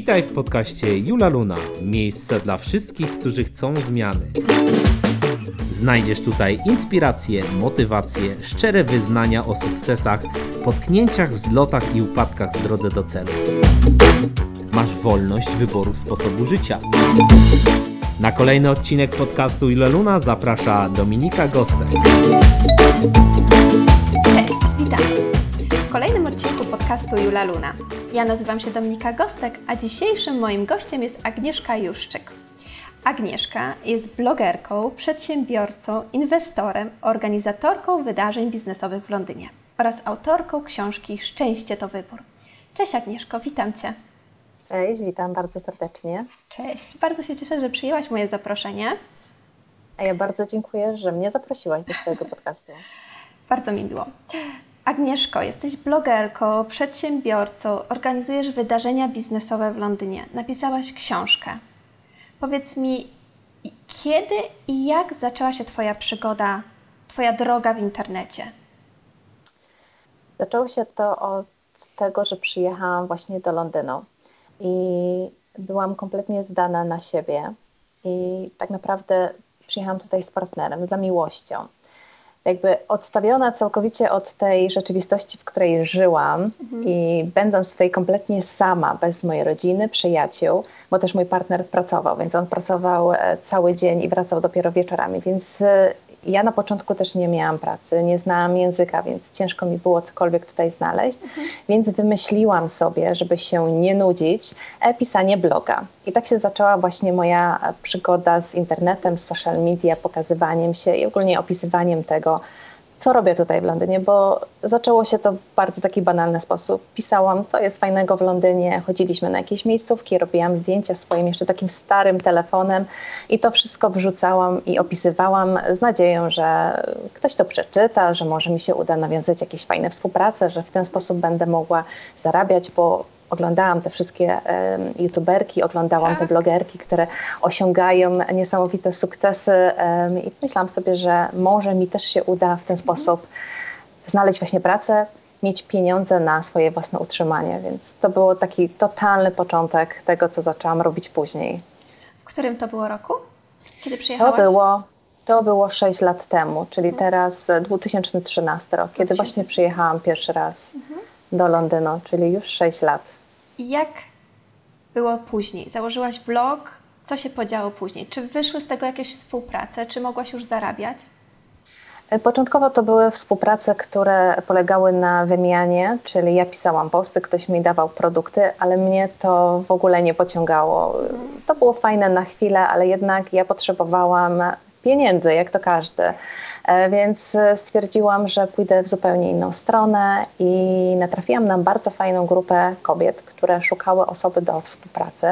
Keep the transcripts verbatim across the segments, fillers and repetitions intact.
Witaj w podcaście Jula Luna, miejsce dla wszystkich, którzy chcą zmiany. Znajdziesz tutaj inspiracje, motywacje, szczere wyznania o sukcesach, potknięciach, wzlotach i upadkach w drodze do celu. Masz wolność wyboru sposobu życia. Na kolejny odcinek podcastu Jula Luna zaprasza Dominika Gostek. Cześć, witam w kolejnym odcinku podcastu Jula Luna. Ja nazywam się Dominika Gostek, a dzisiejszym moim gościem jest Agnieszka Juszczyk. Agnieszka jest blogerką, przedsiębiorcą, inwestorem, organizatorką wydarzeń biznesowych w Londynie oraz autorką książki Szczęście to wybór. Cześć Agnieszko, witam Cię. Cześć, witam bardzo serdecznie. Cześć, bardzo się cieszę, że przyjęłaś moje zaproszenie. A ja bardzo dziękuję, że mnie zaprosiłaś do swojego podcastu. Bardzo mi miło. Agnieszko, jesteś blogerką, przedsiębiorcą, organizujesz wydarzenia biznesowe w Londynie. Napisałaś książkę. Powiedz mi, kiedy i jak zaczęła się Twoja przygoda, Twoja droga w internecie? Zaczęło się to od tego, że przyjechałam właśnie do Londynu i byłam kompletnie zdana na siebie i tak naprawdę przyjechałam tutaj z partnerem, za miłością. Jakby odstawiona całkowicie od tej rzeczywistości, w której żyłam mhm. i będąc tutaj kompletnie sama, bez mojej rodziny, przyjaciół, bo też mój partner pracował, więc on pracował cały dzień i wracał dopiero wieczorami, więc ja na początku też nie miałam pracy, nie znałam języka, więc ciężko mi było cokolwiek tutaj znaleźć, mhm. więc wymyśliłam sobie, żeby się nie nudzić, pisanie bloga. I tak się zaczęła właśnie moja przygoda z internetem, z social media, pokazywaniem się i ogólnie opisywaniem tego, co robię tutaj w Londynie, bo zaczęło się to w bardzo taki banalny sposób. Pisałam, co jest fajnego w Londynie, chodziliśmy na jakieś miejscówki, robiłam zdjęcia swoim jeszcze takim starym telefonem i to wszystko wrzucałam i opisywałam z nadzieją, że ktoś to przeczyta, że może mi się uda nawiązać jakieś fajne współprace, że w ten sposób będę mogła zarabiać, bo oglądałam te wszystkie um, youtuberki, oglądałam tak. te blogerki, które osiągają niesamowite sukcesy um, i myślałam sobie, że może mi też się uda w ten sposób znaleźć właśnie pracę, mieć pieniądze na swoje własne utrzymanie, więc to był taki totalny początek tego, co zaczęłam robić później. W którym to było roku? Kiedy przyjechałaś? To było, to było sześć lat temu, czyli teraz dwa tysiące trzynasty rok, kiedy właśnie przyjechałam pierwszy raz. Mhm. do Londynu, czyli już sześć lat. I jak było później? Założyłaś blog? Co się podziało później? Czy wyszły z tego jakieś współprace? Czy mogłaś już zarabiać? Początkowo to były współprace, które polegały na wymianie, czyli ja pisałam posty, ktoś mi dawał produkty, ale mnie to w ogóle nie pociągało. To było fajne na chwilę, ale jednak ja potrzebowałam pieniędzy, jak to każdy. Więc stwierdziłam, że pójdę w zupełnie inną stronę i natrafiłam na bardzo fajną grupę kobiet, które szukały osoby do współpracy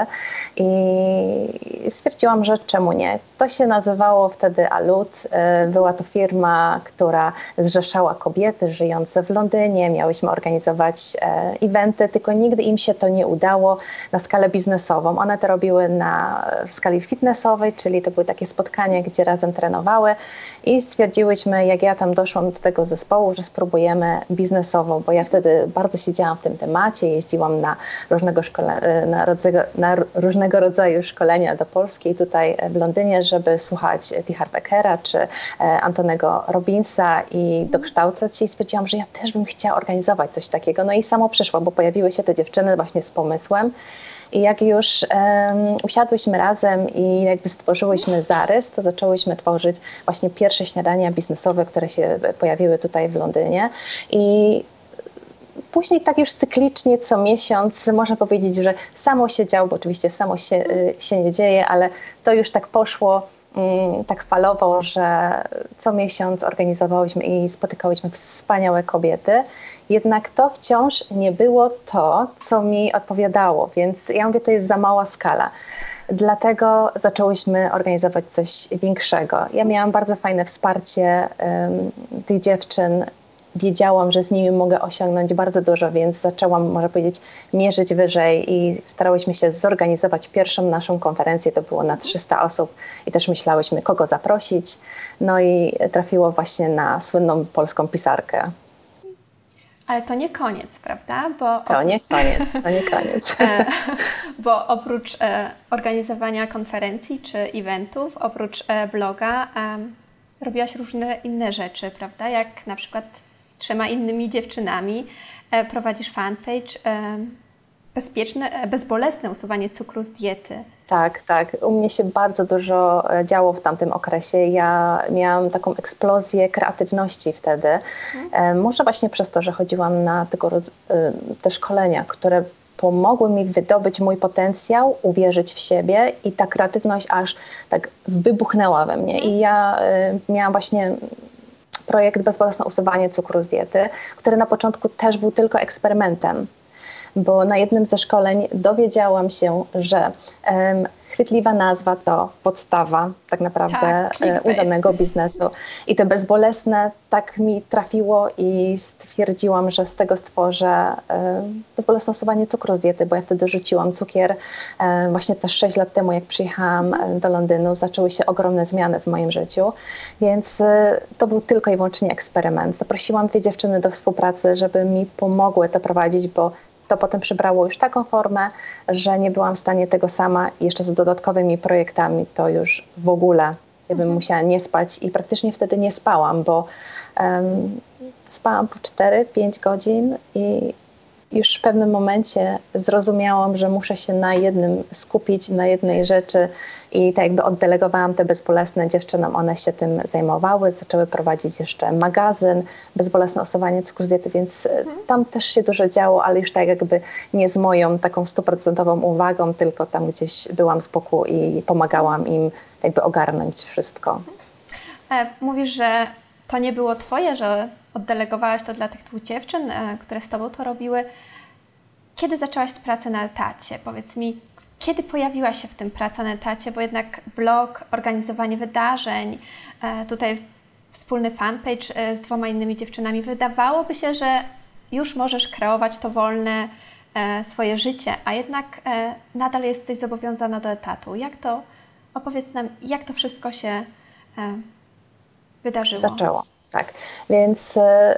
i stwierdziłam, że czemu nie. To się nazywało wtedy Alut. Była to firma, która zrzeszała kobiety żyjące w Londynie. Miałyśmy organizować eventy, tylko nigdy im się to nie udało na skalę biznesową. One to robiły na skali fitnessowej, czyli to były takie spotkania, gdzie razem trenowały i stwierdziłyśmy, jak ja tam doszłam do tego zespołu, że spróbujemy biznesowo, bo ja wtedy bardzo siedziałam w tym temacie, jeździłam na różnego, szkole, na rodzego, na różnego rodzaju szkolenia do Polski tutaj w Londynie, żeby słuchać T. Harv Ekera czy Antonego Robbinsa i dokształcać się i stwierdziłam, że ja też bym chciała organizować coś takiego. No i samo przyszło, bo pojawiły się te dziewczyny właśnie z pomysłem. I jak już um, usiadłyśmy razem i jakby stworzyłyśmy zarys, to zaczęłyśmy tworzyć właśnie pierwsze śniadania biznesowe, które się pojawiły tutaj w Londynie. I później tak już cyklicznie co miesiąc, można powiedzieć, że samo się działo, bo oczywiście samo się, się nie dzieje, ale to już tak poszło tak falowo, że co miesiąc organizowałyśmy i spotykałyśmy wspaniałe kobiety. Jednak to wciąż nie było to, co mi odpowiadało, więc ja mówię, to jest za mała skala. Dlatego zaczęłyśmy organizować coś większego. Ja miałam bardzo fajne wsparcie um, tych dziewczyn. Wiedziałam, że z nimi mogę osiągnąć bardzo dużo, więc zaczęłam, można powiedzieć, mierzyć wyżej i starałyśmy się zorganizować pierwszą naszą konferencję. To było na trzysta osób i też myślałyśmy, kogo zaprosić. No i trafiło właśnie na słynną polską pisarkę. Ale to nie koniec, prawda? Bo to nie koniec, to nie koniec. Bo oprócz e, organizowania konferencji czy eventów, oprócz e, bloga, e, robiłaś różne inne rzeczy, prawda? Jak na przykład z trzema innymi dziewczynami e, prowadzisz fanpage e, bezpieczne, bezbolesne usuwanie cukru z diety. Tak, tak. U mnie się bardzo dużo działo w tamtym okresie. Ja miałam taką eksplozję kreatywności wtedy. Hmm. Może właśnie przez to, że chodziłam na tego, te szkolenia, które pomogły mi wydobyć mój potencjał, uwierzyć w siebie i ta kreatywność aż tak wybuchnęła we mnie. I ja miałam właśnie projekt bezbolesne usuwanie cukru z diety, który na początku też był tylko eksperymentem. Bo na jednym ze szkoleń dowiedziałam się, że um, chwytliwa nazwa to podstawa tak naprawdę tak, udanego biznesu. I te bezbolesne tak mi trafiło i stwierdziłam, że z tego stworzę um, bezbolesne usuwanie cukru z diety, bo ja wtedy rzuciłam cukier. Um, właśnie też sześć lat temu, jak przyjechałam do Londynu, zaczęły się ogromne zmiany w moim życiu, więc um, to był tylko i wyłącznie eksperyment. Zaprosiłam dwie dziewczyny do współpracy, żeby mi pomogły to prowadzić, bo to potem przybrało już taką formę, że nie byłam w stanie tego sama i jeszcze z dodatkowymi projektami to już w ogóle ja bym mhm. musiała nie spać i praktycznie wtedy nie spałam, bo um, spałam po cztery pięć godzin i już w pewnym momencie zrozumiałam, że muszę się na jednym skupić, na jednej rzeczy i tak jakby oddelegowałam te bezbolesne dziewczynom, one się tym zajmowały, zaczęły prowadzić jeszcze magazyn, bezbolesne usuwanie cukru z diety, więc mhm. tam też się dużo działo, ale już tak jakby nie z moją taką stuprocentową uwagą, tylko tam gdzieś byłam z boku i pomagałam im jakby ogarnąć wszystko. Mówisz, że to nie było twoje, że oddelegowałaś to dla tych dwóch dziewczyn, które z tobą to robiły. Kiedy zaczęłaś pracę na etacie? Powiedz mi, kiedy pojawiła się w tym praca na etacie? Bo jednak blog, organizowanie wydarzeń, tutaj wspólny fanpage z dwoma innymi dziewczynami. Wydawałoby się, że już możesz kreować to wolne swoje życie, a jednak nadal jesteś zobowiązana do etatu. Jak to, opowiedz nam, jak to wszystko się wydarzyło? Zaczęło. Tak, więc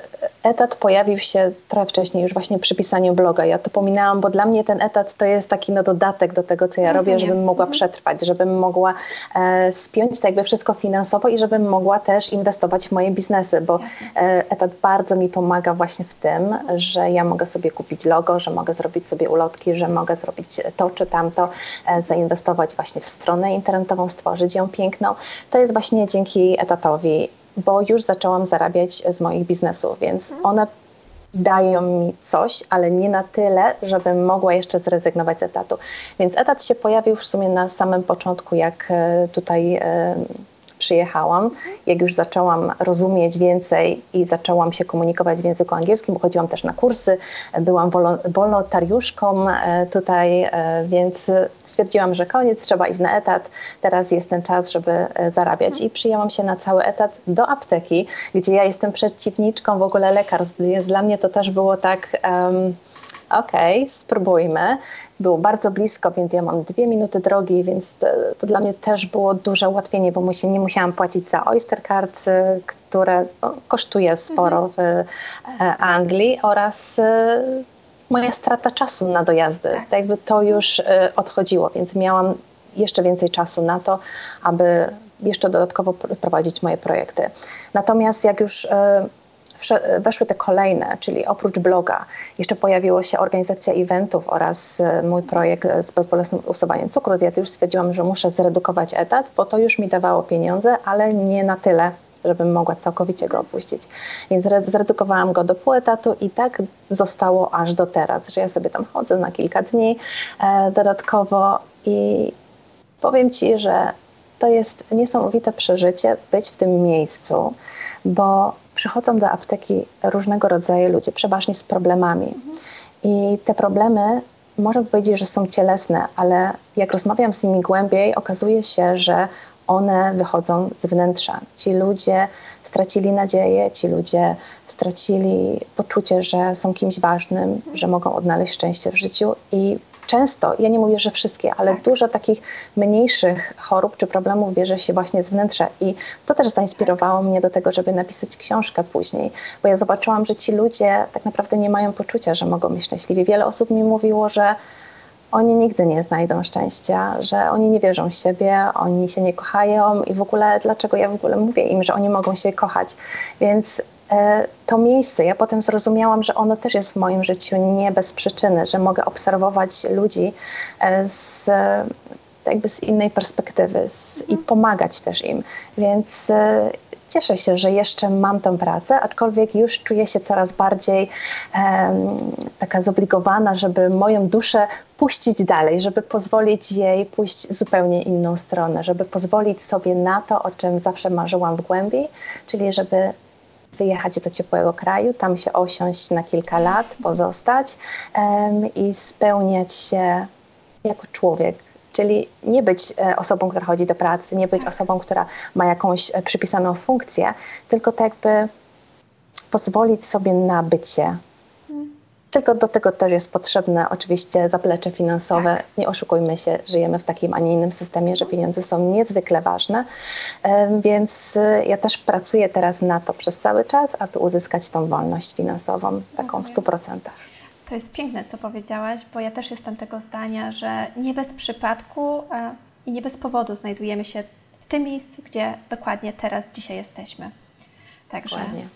etat pojawił się trochę wcześniej, już właśnie przy pisaniu bloga. Ja to pominęłam, bo dla mnie ten etat to jest taki no, dodatek do tego, co ja Rozumiem. robię, żebym mogła mhm. przetrwać, żebym mogła e, spiąć tak jakby wszystko finansowo i żebym mogła też inwestować w moje biznesy, bo e, etat bardzo mi pomaga właśnie w tym, że ja mogę sobie kupić logo, że mogę zrobić sobie ulotki, że mogę zrobić to czy tamto, e, zainwestować właśnie w stronę internetową, stworzyć ją piękną. To jest właśnie dzięki etatowi, bo już zaczęłam zarabiać z moich biznesów, więc one dają mi coś, ale nie na tyle, żebym mogła jeszcze zrezygnować z etatu. Więc etat się pojawił w sumie na samym początku, jak tutaj przyjechałam, jak już zaczęłam rozumieć więcej i zaczęłam się komunikować w języku angielskim, bo chodziłam też na kursy, byłam wolontariuszką tutaj, więc stwierdziłam, że koniec, trzeba iść na etat, teraz jest ten czas, żeby zarabiać i przyjęłam się na cały etat do apteki, gdzie ja jestem przeciwniczką w ogóle lekarstw, więc dla mnie to też było tak... Um, okej, okay, spróbujmy. Było bardzo blisko, więc ja mam dwie minuty drogi, więc to, to dla mnie też było duże ułatwienie, bo musi, nie musiałam płacić za Oyster Card, które no, kosztuje sporo mhm. w e, Anglii oraz e, moja strata czasu na dojazdy. Tak. Tak jakby to już e, odchodziło, więc miałam jeszcze więcej czasu na to, aby jeszcze dodatkowo prowadzić moje projekty. Natomiast jak już e, weszły te kolejne, czyli oprócz bloga, jeszcze pojawiła się organizacja eventów oraz mój projekt z bezbolesnym usuwaniem cukru z diety. Już stwierdziłam, że muszę zredukować etat, bo to już mi dawało pieniądze, ale nie na tyle, żebym mogła całkowicie go opuścić. Więc zredukowałam go do pół etatu i tak zostało aż do teraz, że ja sobie tam chodzę na kilka dni e, dodatkowo i powiem Ci, że to jest niesamowite przeżycie być w tym miejscu, bo przychodzą do apteki różnego rodzaju ludzie, przeważnie z problemami. Mhm. I te problemy, można powiedzieć, że są cielesne, ale jak rozmawiam z nimi głębiej, okazuje się, że one wychodzą z wnętrza. Ci ludzie stracili nadzieję, ci ludzie stracili poczucie, że są kimś ważnym, mhm. że mogą odnaleźć szczęście w życiu i często, ja nie mówię, że wszystkie, ale tak. dużo takich mniejszych chorób czy problemów bierze się właśnie z wnętrza i to też zainspirowało mnie do tego, żeby napisać książkę później, bo ja zobaczyłam, że ci ludzie tak naprawdę nie mają poczucia, że mogą być szczęśliwi. Wiele osób mi mówiło, że oni nigdy nie znajdą szczęścia, że oni nie wierzą w siebie, oni się nie kochają i w ogóle dlaczego ja w ogóle mówię im, że oni mogą się kochać. Więc e, to miejsce, ja potem zrozumiałam, że ono też jest w moim życiu nie bez przyczyny, że mogę obserwować ludzi e, z, jakby z innej perspektywy z, i pomagać też im. Więc e, cieszę się, że jeszcze mam tę pracę, aczkolwiek już czuję się coraz bardziej um, taka zobligowana, żeby moją duszę puścić dalej, żeby pozwolić jej pójść zupełnie inną stronę, żeby pozwolić sobie na to, o czym zawsze marzyłam w głębi, czyli żeby wyjechać do ciepłego kraju, tam się osiąść na kilka lat, pozostać um, i spełniać się jako człowiek. Czyli nie być osobą, która chodzi do pracy, nie być osobą, która ma jakąś przypisaną funkcję, tylko tak jakby pozwolić sobie na bycie. Tylko do tego też jest potrzebne oczywiście zaplecze finansowe. Nie oszukujmy się, żyjemy w takim, a nie innym systemie, że pieniądze są niezwykle ważne, więc ja też pracuję teraz na to przez cały czas, aby uzyskać tą wolność finansową, taką w stu procentach. To jest piękne, co powiedziałaś, bo ja też jestem tego zdania, że nie bez przypadku e, i nie bez powodu znajdujemy się w tym miejscu, gdzie dokładnie teraz, dzisiaj jesteśmy. Także Dokładnie.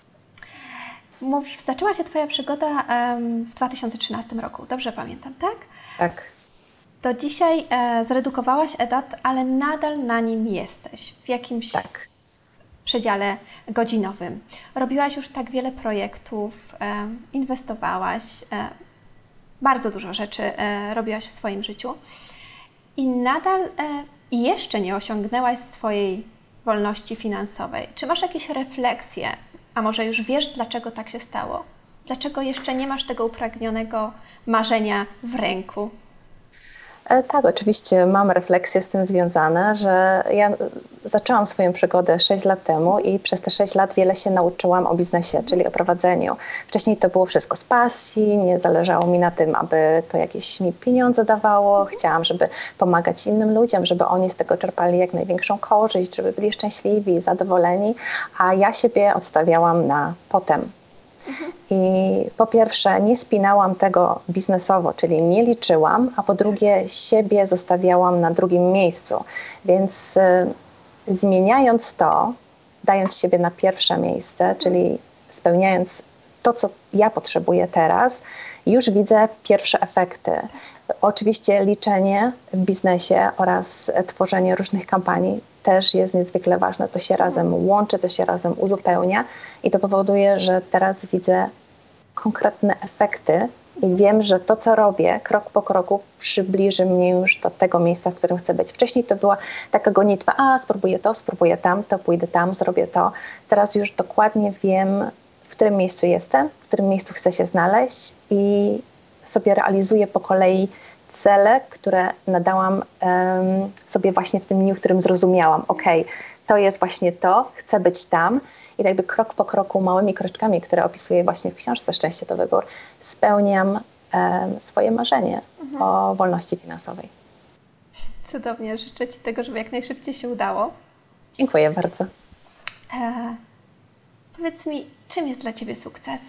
Mów, zaczęła się Twoja przygoda um, w dwa tysiące trzynastym roku, dobrze pamiętam, tak? Tak. Do dzisiaj e, zredukowałaś etat, ale nadal na nim jesteś, w jakimś Tak. przedziale godzinowym. Robiłaś już tak wiele projektów, e, inwestowałaś, e, bardzo dużo rzeczy e, robiłaś w swoim życiu i nadal e, jeszcze nie osiągnęłaś swojej wolności finansowej. Czy masz jakieś refleksje, a może już wiesz, dlaczego tak się stało? Dlaczego jeszcze nie masz tego upragnionego marzenia w ręku? Tak, oczywiście mam refleksje z tym związane, że ja zaczęłam swoją przygodę sześć lat temu i przez te sześć lat wiele się nauczyłam o biznesie, czyli o prowadzeniu. Wcześniej to było wszystko z pasji, nie zależało mi na tym, aby to jakieś mi pieniądze dawało. Chciałam, żeby pomagać innym ludziom, żeby oni z tego czerpali jak największą korzyść, żeby byli szczęśliwi, zadowoleni, a ja siebie odstawiałam na potem. I po pierwsze nie spinałam tego biznesowo, czyli nie liczyłam, a po drugie siebie zostawiałam na drugim miejscu. Więc y, zmieniając to, dając siebie na pierwsze miejsce, czyli spełniając to, co ja potrzebuję teraz, już widzę pierwsze efekty. Oczywiście liczenie w biznesie oraz tworzenie różnych kampanii też jest niezwykle ważne. To się razem łączy, to się razem uzupełnia i to powoduje, że teraz widzę konkretne efekty i wiem, że to, co robię, krok po kroku przybliży mnie już do tego miejsca, w którym chcę być. Wcześniej to była taka gonitwa, a spróbuję to, spróbuję tamto, pójdę tam, zrobię to. Teraz już dokładnie wiem, w którym miejscu jestem, w którym miejscu chcę się znaleźć i sobie realizuję po kolei cele, które nadałam um, sobie właśnie w tym dniu, w którym zrozumiałam, okej, to jest właśnie to, chcę być tam i jakby krok po kroku, małymi kroczkami, które opisuję właśnie w książce Szczęście to wybór, spełniam um, swoje marzenie mhm. o wolności finansowej. Cudownie, życzę Ci tego, żeby jak najszybciej się udało. Dziękuję bardzo. E, powiedz mi, czym jest dla Ciebie sukces?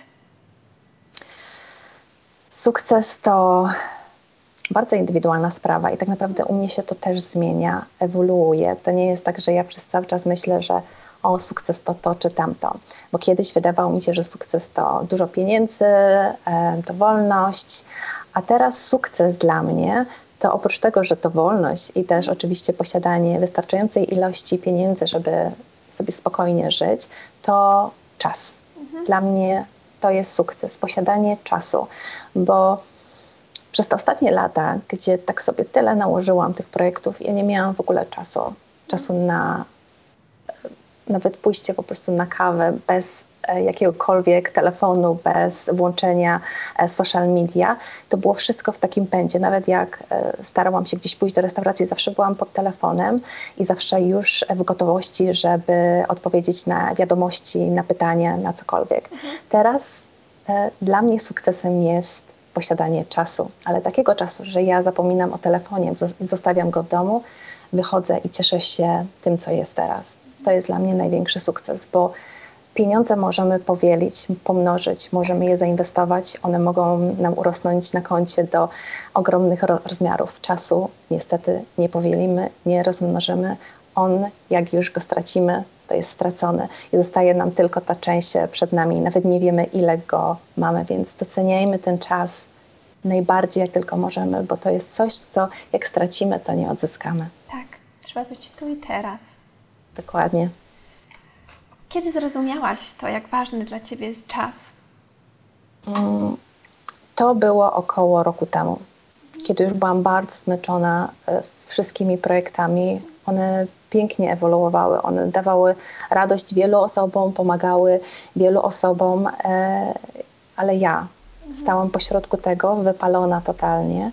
Sukces to bardzo indywidualna sprawa i tak naprawdę u mnie się to też zmienia, ewoluuje. To nie jest tak, że ja przez cały czas myślę, że o, sukces to to czy tamto. Bo kiedyś wydawało mi się, że sukces to dużo pieniędzy, to wolność, a teraz sukces dla mnie to oprócz tego, że to wolność i też oczywiście posiadanie wystarczającej ilości pieniędzy, żeby sobie spokojnie żyć, to czas. Mhm. Dla mnie to jest sukces, posiadanie czasu, bo przez te ostatnie lata, gdzie tak sobie tyle nałożyłam tych projektów, ja nie miałam w ogóle czasu, czasu na nawet pójście po prostu na kawę bez jakiegokolwiek telefonu, bez włączenia social media. To było wszystko w takim pędzie. Nawet jak starałam się gdzieś pójść do restauracji, zawsze byłam pod telefonem i zawsze już w gotowości, żeby odpowiedzieć na wiadomości, na pytania, na cokolwiek. Mhm. Teraz e, dla mnie sukcesem jest posiadanie czasu, ale takiego czasu, że ja zapominam o telefonie, zostawiam go w domu, wychodzę i cieszę się tym, co jest teraz. To jest dla mnie największy sukces, bo pieniądze możemy powielić, pomnożyć, możemy je zainwestować, one mogą nam urosnąć na koncie do ogromnych rozmiarów. Czasu niestety nie powielimy, nie rozmnożymy. On, jak już go stracimy, to jest stracony i zostaje nam tylko ta część przed nami. Nawet nie wiemy, ile go mamy, więc doceniajmy ten czas najbardziej, jak tylko możemy, bo to jest coś, co jak stracimy, to nie odzyskamy. Tak, trzeba być tu i teraz. Dokładnie. Kiedy zrozumiałaś to, jak ważny dla Ciebie jest czas? To było około roku temu, kiedy już byłam bardzo zmęczona wszystkimi projektami. One pięknie ewoluowały, one dawały radość wielu osobom, pomagały wielu osobom, ale ja stałam pośrodku tego, wypalona totalnie.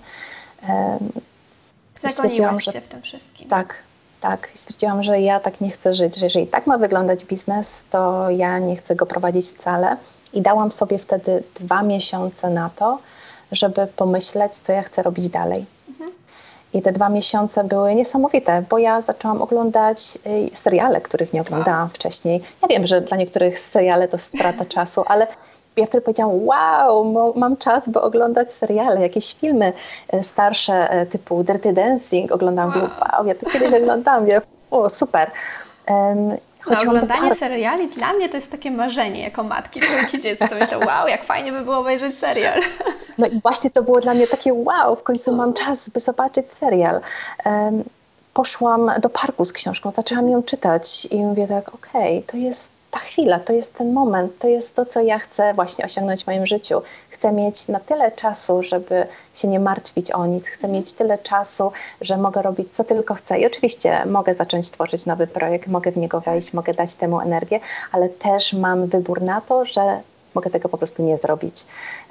Zagoniłaś się w tym wszystkim. Tak. Tak, i stwierdziłam, że ja tak nie chcę żyć, że jeżeli tak ma wyglądać biznes, to ja nie chcę go prowadzić wcale. I dałam sobie wtedy dwa miesiące na to, żeby pomyśleć, co ja chcę robić dalej. Mhm. I te dwa miesiące były niesamowite, bo ja zaczęłam oglądać seriale, których nie oglądałam wow. wcześniej. Ja wiem, że dla niektórych seriale to strata czasu, ale ja wtedy powiedziałam, wow, mam czas, by oglądać seriale, jakieś filmy starsze typu Dirty Dancing oglądałam, wow, wow ja to kiedyś oglądałam, ja, o super. Um, no, oglądanie seriali dla mnie to jest takie marzenie jako matki, trójki dziecka, myślę, wow, jak fajnie by było obejrzeć serial. No i właśnie to było dla mnie takie wow, w końcu mam czas, by zobaczyć serial. Um, poszłam do parku z książką, zaczęłam ją czytać i mówię tak, okej, okay, to jest ta chwila, to jest ten moment, to jest to, co ja chcę właśnie osiągnąć w moim życiu. Chcę mieć na tyle czasu, żeby się nie martwić o nic. Chcę mieć tyle czasu, że mogę robić co tylko chcę. I oczywiście mogę zacząć tworzyć nowy projekt, mogę w niego wejść, mogę dać temu energię, ale też mam wybór na to, że mogę tego po prostu nie zrobić.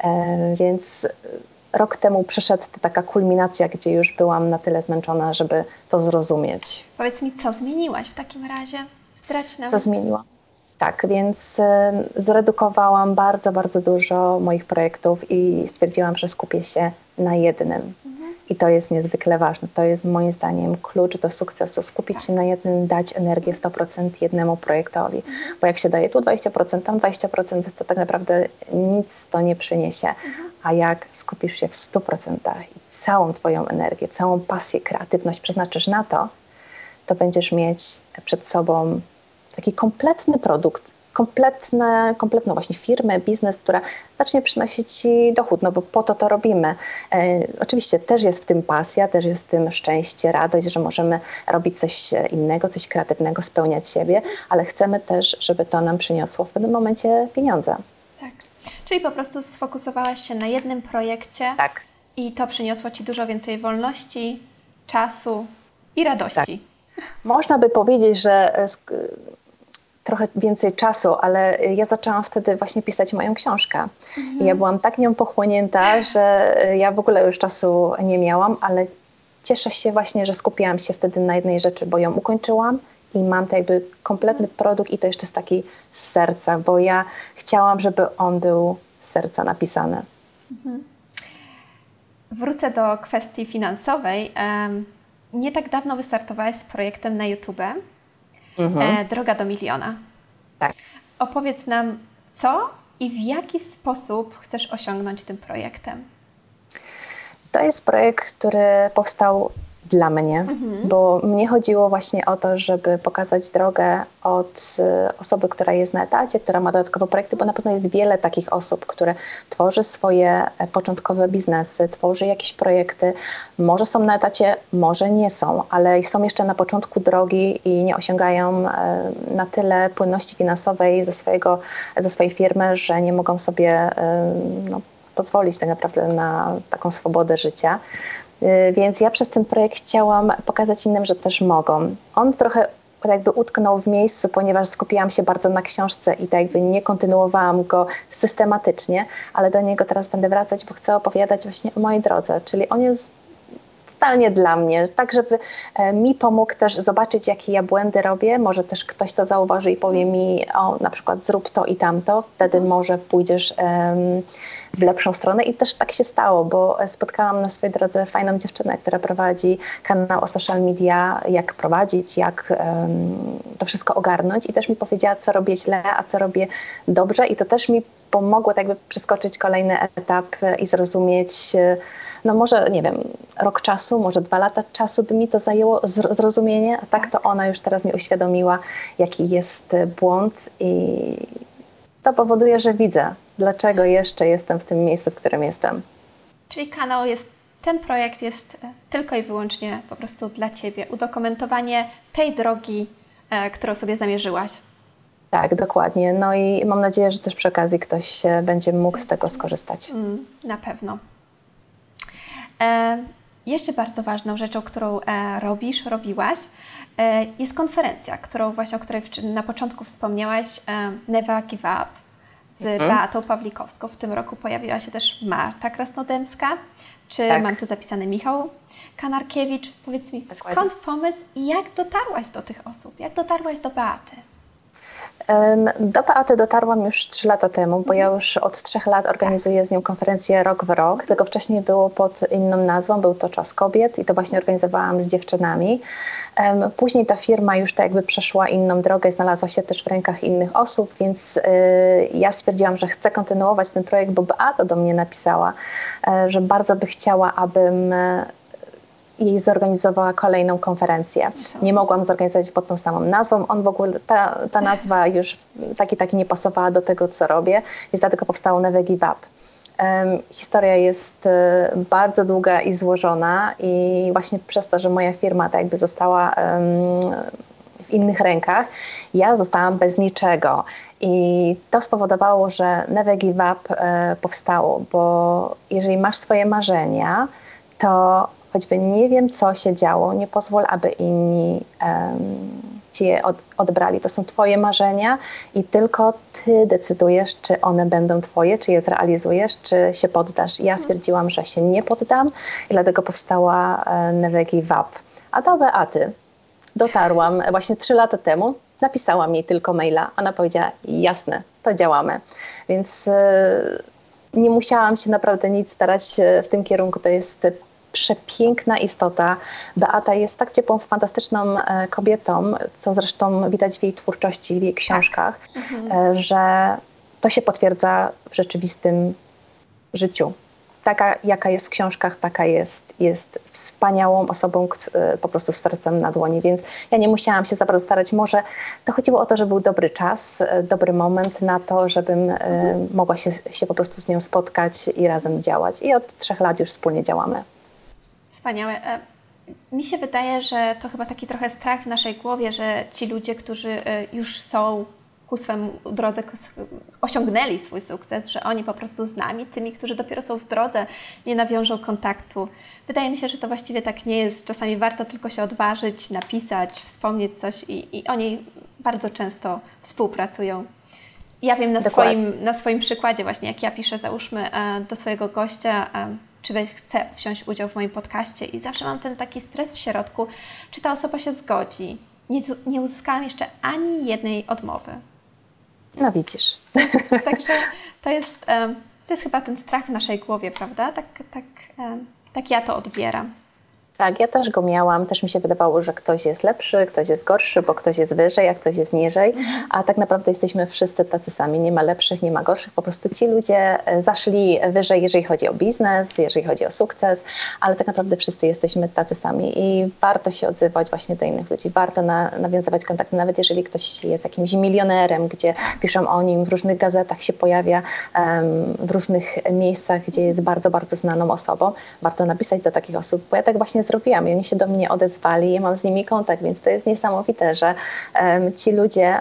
E, więc rok temu przyszedł taka kulminacja, gdzie już byłam na tyle zmęczona, żeby to zrozumieć. Powiedz mi, co zmieniłaś w takim razie? Zdradź nam. Co zmieniłam? Tak, więc zredukowałam bardzo, bardzo dużo moich projektów i stwierdziłam, że skupię się na jednym. Mhm. I to jest niezwykle ważne. To jest moim zdaniem klucz do sukcesu. Skupić tak. się na jednym, dać energię sto procent jednemu projektowi. Mhm. Bo jak się daje tu dwadzieścia procent, tam dwadzieścia procent, to tak naprawdę nic to nie przyniesie. Mhm. A jak skupisz się w stu procentach i całą Twoją energię, całą pasję, kreatywność przeznaczysz na to, to będziesz mieć przed sobą taki kompletny produkt, kompletne, kompletną właśnie firmę, biznes, która zacznie przynosić Ci dochód, no bo po to to robimy. E, oczywiście też jest w tym pasja, też jest w tym szczęście, radość, że możemy robić coś innego, coś kreatywnego, spełniać siebie, ale chcemy też, żeby to nam przyniosło w pewnym momencie pieniądze. Tak, czyli po prostu sfokusowałaś się na jednym projekcie tak. i to przyniosło Ci dużo więcej wolności, czasu i radości. Tak. Można by powiedzieć, że trochę więcej czasu, ale ja zaczęłam wtedy właśnie pisać moją książkę. Mhm. I ja byłam tak nią pochłonięta, że ja w ogóle już czasu nie miałam, ale cieszę się właśnie, że skupiłam się wtedy na jednej rzeczy, bo ją ukończyłam i mam to jakby kompletny produkt i to jeszcze z takiej z serca, bo ja chciałam, żeby on był z serca napisany. Mhm. Wrócę do kwestii finansowej. Nie tak dawno wystartowałaś z projektem na YouTube. Mhm. Droga do miliona. Tak. Opowiedz nam, co i w jaki sposób chcesz osiągnąć tym projektem? To jest projekt, który powstał dla mnie, mhm. bo mnie chodziło właśnie o to, żeby pokazać drogę od osoby, która jest na etacie, która ma dodatkowe projekty, bo na pewno jest wiele takich osób, które tworzy swoje początkowe biznesy, tworzy jakieś projekty, może są na etacie, może nie są, ale są jeszcze na początku drogi i nie osiągają na tyle płynności finansowej ze, swojego, ze swojej firmy, że nie mogą sobie no, pozwolić tak naprawdę na taką swobodę życia. Więc ja przez ten projekt chciałam pokazać innym, że też mogą. On trochę jakby utknął w miejscu, ponieważ skupiłam się bardzo na książce i tak jakby nie kontynuowałam go systematycznie, ale do niego teraz będę wracać, bo chcę opowiadać właśnie o mojej drodze, czyli on jest totalnie dla mnie, tak żeby mi pomógł też zobaczyć, jakie ja błędy robię, może też ktoś to zauważy i powie mi, o na przykład zrób to i tamto, wtedy może pójdziesz um, w lepszą stronę i też tak się stało, bo spotkałam na swojej drodze fajną dziewczynę, która prowadzi kanał o social media, jak prowadzić, jak um, to wszystko ogarnąć i też mi powiedziała, co robię źle, a co robię dobrze i to też mi pomogło tak jakby przeskoczyć kolejny etap i zrozumieć, no może, nie wiem, rok czasu, może dwa lata czasu by mi to zajęło zrozumienie, a tak to ona już teraz mi uświadomiła, jaki jest błąd i to powoduje, że widzę, dlaczego jeszcze jestem w tym miejscu, w którym jestem. Czyli kanał jest, ten projekt jest tylko i wyłącznie po prostu dla Ciebie, udokumentowanie tej drogi, e, którą sobie zamierzyłaś. Tak, dokładnie. No i mam nadzieję, że też przy okazji ktoś będzie mógł z tego skorzystać. Mm, na pewno. E, jeszcze bardzo ważną rzeczą, którą e, robisz, robiłaś, e, jest konferencja, którą właśnie, o której na początku wspomniałaś, e, Never Give Up z mhm. Beatą Pawlikowską. W tym roku pojawiła się też Marta Krasnodębska, czy tak. Mam tu zapisany Michał Kanarkiewicz. Powiedz mi, dokładnie. Skąd pomysł i jak dotarłaś do tych osób? Jak dotarłaś do Beaty? Do Beaty dotarłam już trzy lata temu, bo ja już od trzech lat organizuję z nią konferencję Rok w Rok, tylko wcześniej było pod inną nazwą, był to Czas Kobiet i to właśnie organizowałam z dziewczynami. Później ta firma już tak jakby przeszła inną drogę i znalazła się też w rękach innych osób, więc ja stwierdziłam, że chcę kontynuować ten projekt, bo Beata do mnie napisała, że bardzo by chciała, abym i zorganizowała kolejną konferencję. Nie mogłam zorganizować pod tą samą nazwą. On w ogóle, ta, ta nazwa już tak i tak nie pasowała do tego, co robię, więc dlatego powstało Never Give Up. Um, historia jest um, bardzo długa i złożona i właśnie przez to, że moja firma tak jakby została um, w innych rękach, ja zostałam bez niczego. I to spowodowało, że Never Give Up um, powstało, bo jeżeli masz swoje marzenia, to choćby nie wiem, co się działo, nie pozwól, aby inni um, ci je od, odebrali. To są twoje marzenia i tylko ty decydujesz, czy one będą twoje, czy je zrealizujesz, czy się poddasz. Ja stwierdziłam, że się nie poddam i dlatego powstała uh, Never Give Up. A do Beaty dotarłam właśnie trzy lata temu. Napisałam jej tylko maila. Ona powiedziała, jasne, to działamy. Więc uh, nie musiałam się naprawdę nic starać w tym kierunku. To jest przepiękna istota. Beata jest tak ciepłą, fantastyczną kobietą, co zresztą widać w jej twórczości, w jej książkach, tak. mhm. że to się potwierdza w rzeczywistym życiu. Taka, jaka jest w książkach, taka jest. Jest wspaniałą osobą, po prostu z sercem na dłoni, więc ja nie musiałam się za bardzo starać. Może to chodziło o to, że był dobry czas, dobry moment na to, żebym mhm. mogła się, się po prostu z nią spotkać i razem działać. I od trzech lat już wspólnie działamy. Wspaniałe. Mi się wydaje, że to chyba taki trochę strach w naszej głowie, że ci ludzie, którzy już są ku swemu drodze, osiągnęli swój sukces, że oni po prostu z nami, tymi, którzy dopiero są w drodze, nie nawiążą kontaktu. Wydaje mi się, że to właściwie tak nie jest. Czasami warto tylko się odważyć, napisać, wspomnieć coś i, i oni bardzo często współpracują. Ja wiem na swoim, na swoim przykładzie właśnie, jak ja piszę, załóżmy, do swojego gościa, czy chce wziąć udział w moim podcaście i zawsze mam ten taki stres w środku, czy ta osoba się zgodzi. Nie, nie uzyskałam jeszcze ani jednej odmowy. No widzisz. Także to jest, to jest chyba ten strach w naszej głowie, prawda? Tak, tak, tak ja to odbieram. Tak, ja też go miałam. Też mi się wydawało, że ktoś jest lepszy, ktoś jest gorszy, bo ktoś jest wyżej, a ktoś jest niżej. Mhm. A tak naprawdę jesteśmy wszyscy tacy sami. Nie ma lepszych, nie ma gorszych. Po prostu ci ludzie zaszli wyżej, jeżeli chodzi o biznes, jeżeli chodzi o sukces, ale tak naprawdę wszyscy jesteśmy tacy sami i warto się odzywać właśnie do innych ludzi. Warto na, nawiązywać kontakty, nawet jeżeli ktoś jest jakimś milionerem, gdzie piszą o nim, w różnych gazetach się pojawia, um, w różnych miejscach, gdzie jest bardzo, bardzo znaną osobą. Warto napisać do takich osób, bo ja tak właśnie zrobiłam i oni się do mnie odezwali, ja mam z nimi kontakt, więc to jest niesamowite, że um, ci ludzie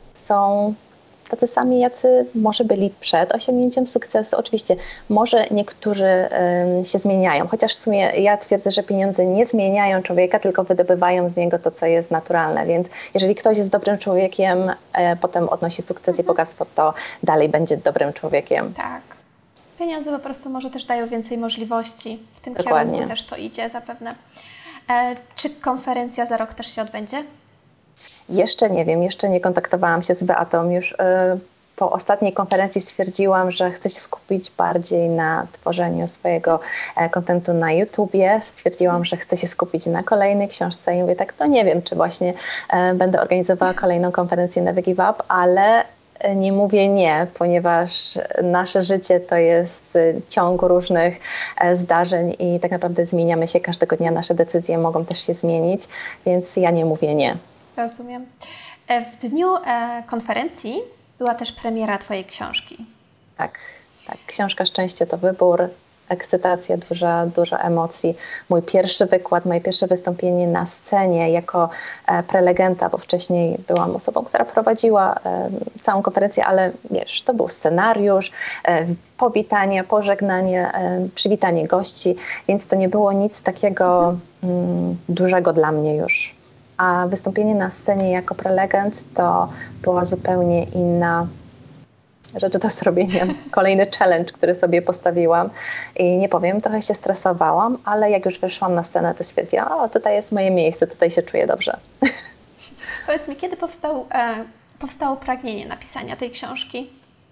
są tacy sami, jacy może byli przed osiągnięciem sukcesu. Oczywiście może niektórzy um, się zmieniają, chociaż w sumie ja twierdzę, że pieniądze nie zmieniają człowieka, tylko wydobywają z niego to, co jest naturalne, więc jeżeli ktoś jest dobrym człowiekiem, e, potem odnosi sukces i bogactwo, to dalej będzie dobrym człowiekiem. Tak. pieniądze po prostu może też dają więcej możliwości. W tym Dokładnie. kierunku też to idzie zapewne. E, czy konferencja za rok też się odbędzie? Jeszcze nie wiem, jeszcze nie kontaktowałam się z Beatą. Już y, po ostatniej konferencji stwierdziłam, że chcę się skupić bardziej na tworzeniu swojego e, kontentu na YouTubie. Stwierdziłam, że chcę się skupić na kolejnej książce i mówię tak, no nie wiem, czy właśnie e, będę organizowała kolejną konferencję Never Give Up, ale nie mówię nie, ponieważ nasze życie to jest ciąg różnych zdarzeń i tak naprawdę zmieniamy się każdego dnia, nasze decyzje mogą też się zmienić, więc ja nie mówię nie. Rozumiem. W dniu konferencji była też premiera Twojej książki. Tak, tak. Książka Szczęście to wybór, ekscytacja, duża, dużo emocji. Mój pierwszy wykład, moje pierwsze wystąpienie na scenie jako e, prelegenta, bo wcześniej byłam osobą, która prowadziła e, całą konferencję, ale wiesz, to był scenariusz, e, powitanie, pożegnanie, e, przywitanie gości, więc to nie było nic takiego mm, dużego dla mnie już. A wystąpienie na scenie jako prelegent to była zupełnie inna rzecz do zrobienia. Kolejny challenge, który sobie postawiłam i nie powiem, trochę się stresowałam, ale jak już wyszłam na scenę, to stwierdziłam, o, tutaj jest moje miejsce, tutaj się czuję dobrze. Powiedz mi, kiedy powstał, e, powstało pragnienie napisania tej książki?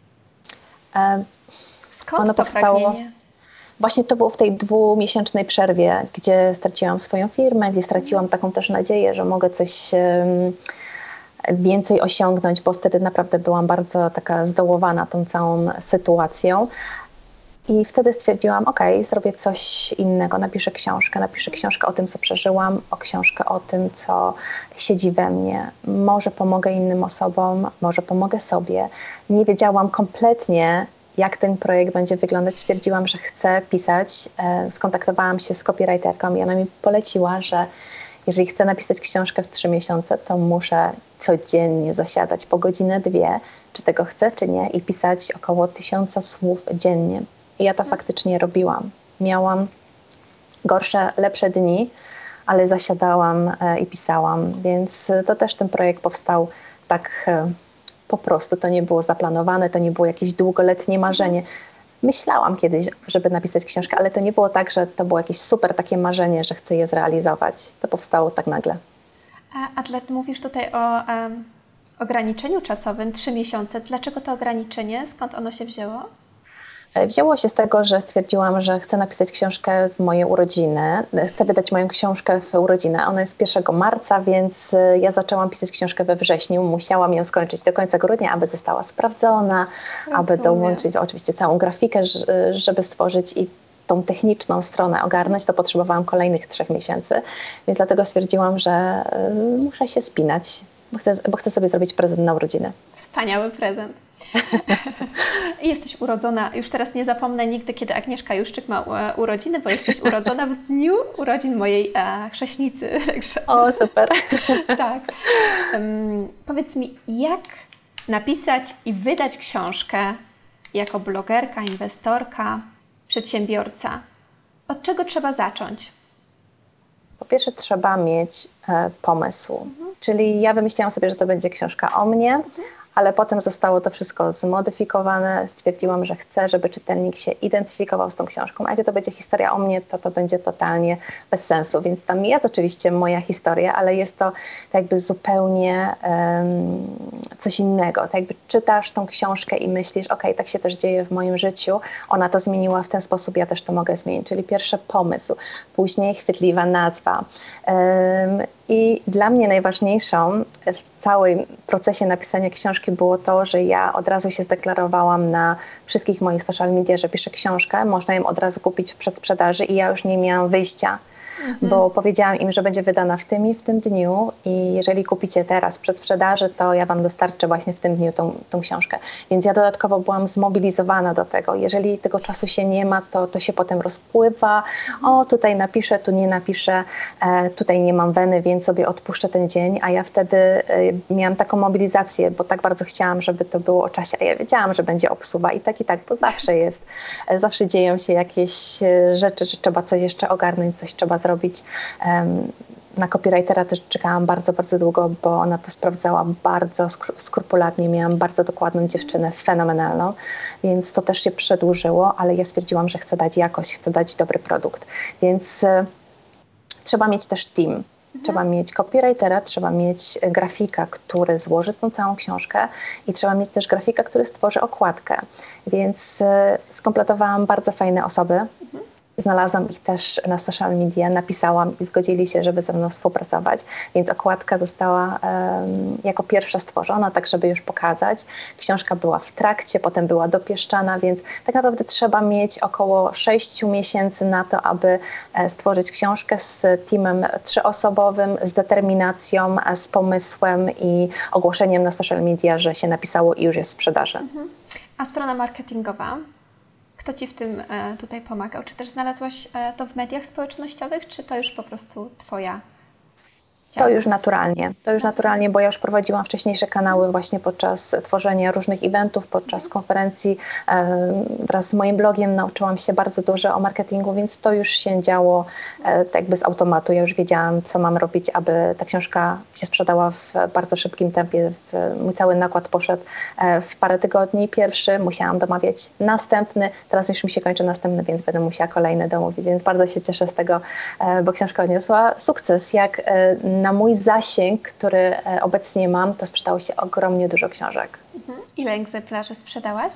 E, Skąd ono to powstało, pragnienie? Właśnie to było w tej dwumiesięcznej przerwie, gdzie straciłam swoją firmę, gdzie straciłam taką też nadzieję, że mogę coś um, więcej osiągnąć, bo wtedy naprawdę byłam bardzo taka zdołowana tą całą sytuacją. I wtedy stwierdziłam, ok, zrobię coś innego, napiszę książkę, napiszę książkę o tym, co przeżyłam, o książkę o tym, co siedzi we mnie. Może pomogę innym osobom, może pomogę sobie. Nie wiedziałam kompletnie, jak ten projekt będzie wyglądać. Stwierdziłam, że chcę pisać. Skontaktowałam się z copywriterką i ona mi poleciła, że jeżeli chcę napisać książkę w trzy miesiące, to muszę codziennie zasiadać po godzinę, dwie, czy tego chcę, czy nie, i pisać około tysiąca słów dziennie. I ja to faktycznie robiłam. Miałam gorsze, lepsze dni, ale zasiadałam i pisałam, więc to też ten projekt powstał tak po prostu. To nie było zaplanowane, to nie było jakieś długoletnie marzenie. Myślałam kiedyś, żeby napisać książkę, ale to nie było tak, że to było jakieś super takie marzenie, że chcę je zrealizować. To powstało tak nagle. A, a dla, mówisz tutaj o um, ograniczeniu czasowym, trzy miesiące. Dlaczego to ograniczenie? Skąd ono się wzięło? Wzięło się z tego, że stwierdziłam, że chcę napisać książkę w moje urodziny. Chcę wydać moją książkę w urodziny. Ona jest pierwszego marca, więc ja zaczęłam pisać książkę we wrześniu. Musiałam ją skończyć do końca grudnia, aby została sprawdzona, Rozumiem. aby dołączyć oczywiście całą grafikę, żeby stworzyć i tą techniczną stronę ogarnąć, to potrzebowałam kolejnych trzech miesięcy. Więc dlatego stwierdziłam, że muszę się spinać, bo chcę, bo chcę sobie zrobić prezent na urodziny. Wspaniały prezent. Jesteś urodzona, już teraz nie zapomnę nigdy, kiedy Agnieszka Juszczyk ma urodziny, bo jesteś urodzona w dniu urodzin mojej e, chrześnicy. Także... O, super. Tak. Um, powiedz mi, jak napisać i wydać książkę jako blogerka, inwestorka, przedsiębiorca? Od czego trzeba zacząć? Po pierwsze trzeba mieć e, pomysł. Mhm. Czyli ja wymyśliłam sobie, że to będzie książka o mnie, mhm. ale potem zostało to wszystko zmodyfikowane. Stwierdziłam, że chcę, żeby czytelnik się identyfikował z tą książką. A gdy to będzie historia o mnie, to to będzie totalnie bez sensu. Więc tam jest oczywiście moja historia, ale jest to tak jakby zupełnie um, coś innego. Tak jakby czytasz tą książkę i myślisz, ok, tak się też dzieje w moim życiu. Ona to zmieniła w ten sposób, ja też to mogę zmienić. Czyli pierwszy pomysł, później chwytliwa nazwa. Um, I dla mnie najważniejszą w całym procesie napisania książki było to, że ja od razu się zdeklarowałam na wszystkich moich social media, że piszę książkę, można ją od razu kupić w przedsprzedaży i ja już nie miałam wyjścia, mhm. bo powiedziałam im, że będzie wydana w tym i w tym dniu i jeżeli kupicie teraz w przedsprzedaży, to ja Wam dostarczę właśnie w tym dniu tą, tą książkę. Więc ja dodatkowo byłam zmobilizowana do tego. Jeżeli tego czasu się nie ma, to, to się potem rozpływa. O, tutaj napiszę, tu nie napiszę, e, tutaj nie mam weny, więc sobie odpuszczę ten dzień, a ja wtedy e, miałam taką mobilizację, bo tak bardzo chciałam, żeby to było o czasie, a ja wiedziałam, że będzie obsuwa i tak i tak, bo zawsze jest. E, zawsze dzieją się jakieś rzeczy, że trzeba coś jeszcze ogarnąć, coś trzeba zrobić. Um, na copywritera też czekałam bardzo, bardzo długo, bo ona to sprawdzała bardzo skrupulatnie. Miałam bardzo dokładną dziewczynę, fenomenalną, więc to też się przedłużyło, ale ja stwierdziłam, że chcę dać jakość, chcę dać dobry produkt. Więc y, trzeba mieć też team. Mhm. Trzeba mieć copywritera, trzeba mieć grafika, który złoży tą całą książkę i trzeba mieć też grafika, który stworzy okładkę. Więc y, skompletowałam bardzo fajne osoby. Mhm. Znalazłam ich też na social media, napisałam i zgodzili się, żeby ze mną współpracować, więc okładka została um, jako pierwsza stworzona, tak żeby już pokazać. Książka była w trakcie, potem była dopieszczana, więc tak naprawdę trzeba mieć około sześciu miesięcy na to, aby stworzyć książkę z teamem trzyosobowym, z determinacją, z pomysłem i ogłoszeniem na social media, że się napisało i już jest w sprzedaży. Mhm. A strona marketingowa? Kto Ci w tym e, tutaj pomagał? Czy też znalazłaś e, to w mediach społecznościowych, czy to już po prostu Twoja To już naturalnie, to już naturalnie, bo ja już prowadziłam wcześniejsze kanały właśnie podczas tworzenia różnych eventów, podczas konferencji. Wraz z moim blogiem nauczyłam się bardzo dużo o marketingu, więc to już się działo tak jakby z automatu. Ja już wiedziałam, co mam robić, aby ta książka się sprzedała w bardzo szybkim tempie. Mój cały nakład poszedł w parę tygodni. Pierwszy, musiałam domawiać następny, teraz już mi się kończy następny, więc będę musiała kolejny domówić, więc bardzo się cieszę z tego, bo książka odniosła sukces. Jak na mój zasięg, który obecnie mam, to sprzedało się ogromnie dużo książek. Mhm. Ile egzemplarzy sprzedałaś?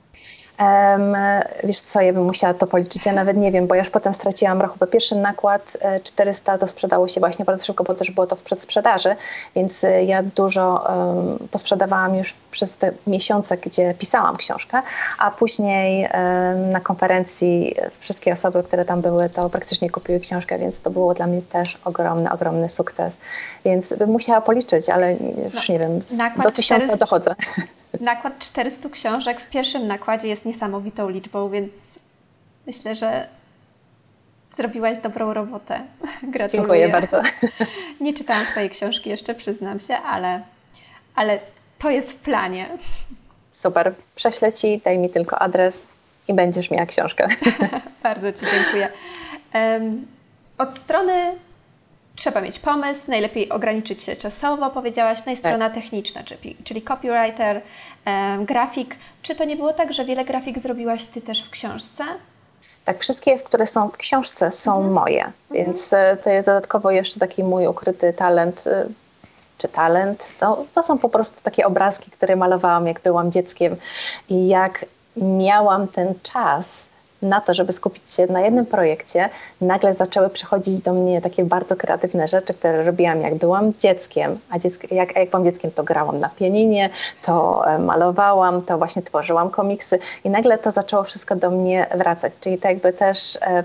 Um, wiesz co, ja bym musiała to policzyć, ja nawet nie wiem, bo ja już potem straciłam rachubę. Pierwszy nakład czterysta to sprzedało się właśnie bardzo szybko, bo też było to w przedsprzedaży, więc ja dużo um, posprzedawałam już przez te miesiące, gdzie pisałam książkę, a później um, na konferencji wszystkie osoby, które tam były, to praktycznie kupiły książkę, więc to było dla mnie też ogromny, ogromny sukces. Więc bym musiała policzyć, ale już no, nie wiem, do tysiąca czterysta dochodzę. Nakład czterystu książek w pierwszym nakładzie jest niesamowitą liczbą, więc myślę, że zrobiłaś dobrą robotę. Gratuluję. Dziękuję bardzo. Nie czytałam Twojej książki jeszcze, przyznam się, ale, ale to jest w planie. Super. Prześlę Ci, daj mi tylko adres i będziesz miała książkę. Bardzo Ci dziękuję. Um, od strony trzeba mieć pomysł, najlepiej ograniczyć się czasowo, powiedziałaś, no i strona tak. techniczna, czyli, czyli copywriter, um, grafik. Czy to nie było tak, że wiele grafik zrobiłaś Ty też w książce? Tak, wszystkie, które są w książce są mhm. moje, mhm. więc to jest dodatkowo jeszcze taki mój ukryty talent, czy talent, to, to są po prostu takie obrazki, które malowałam, jak byłam dzieckiem i jak miałam ten czas na to, żeby skupić się na jednym projekcie, nagle zaczęły przychodzić do mnie takie bardzo kreatywne rzeczy, które robiłam jak byłam dzieckiem, a dziecko, jak, a jak byłam dzieckiem, to grałam na pianinie, to malowałam, to właśnie tworzyłam komiksy i nagle to zaczęło wszystko do mnie wracać, czyli tak jakby też e,